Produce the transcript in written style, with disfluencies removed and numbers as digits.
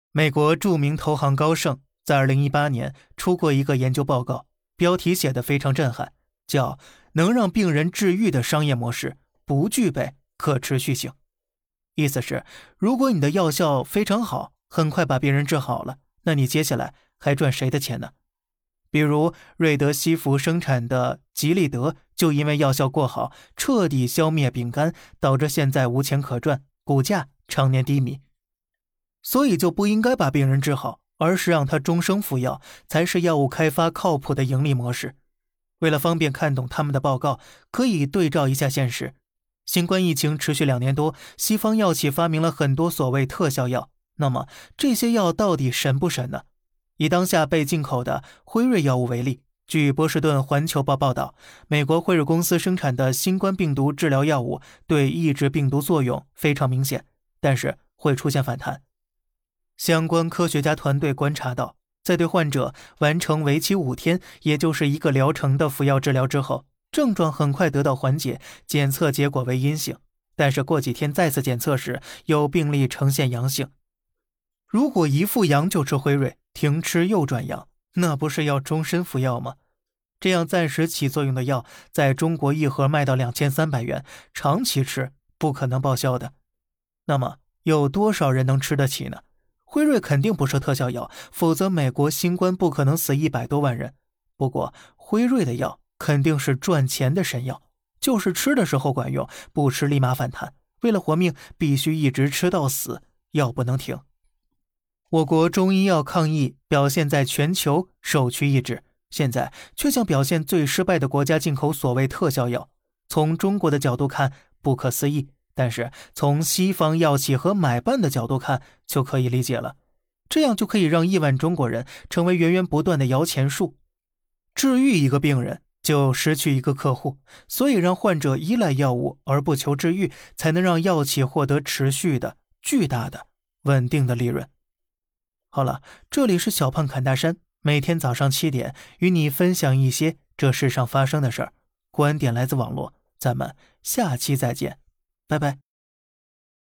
美国著名投行高盛在2018年出过一个研究报告，标题写得非常震撼，叫能让病人治愈的商业模式不具备可持续性。意思是，如果你的药效非常好，很快把病人治好了，那你接下来还赚谁的钱呢？比如瑞德西服生产的吉利德就因为药效过好，彻底消灭丙肝，导致现在无钱可赚，股价常年低迷。所以就不应该把病人治好，而是让他终生服药，才是药物开发靠谱的盈利模式。为了方便看懂他们的报告，可以对照一下现实。新冠疫情持续2年多，西方药企发明了很多所谓特效药，那么这些药到底神不神呢？以当下被进口的辉瑞药物为例，据波士顿环球报报道，美国辉瑞公司生产的新冠病毒治疗药物对抑制病毒作用非常明显，但是会出现反弹。相关科学家团队观察到，在对患者完成为期5天，也就是1个疗程的服药治疗之后，症状很快得到缓解，检测结果为阴性，但是过几天再次检测时，有病例呈现阳性。如果一复阳就吃辉瑞，停吃又转阳，那不是要终身服药吗？这样暂时起作用的药，在中国一盒卖到2300元，长期吃不可能报销的。那么有多少人能吃得起呢？辉瑞肯定不是特效药，否则美国新冠不可能死100多万人。不过辉瑞的药肯定是赚钱的神药，就是吃的时候管用，不吃立马反弹。为了活命，必须一直吃到死，药不能停。我国中医药抗疫表现在全球首屈一指，现在却向表现最失败的国家进口所谓特效药。从中国的角度看，不可思议，但是从西方药企和买办的角度看就可以理解了，这样就可以让亿万中国人成为源源不断的摇钱树。治愈一个病人就失去一个客户，所以让患者依赖药物而不求治愈，才能让药企获得持续的巨大的稳定的利润。好了，这里是小胖侃大山，每天早上7点与你分享一些这世上发生的事儿，观点来自网络，咱们下期再见，拜拜。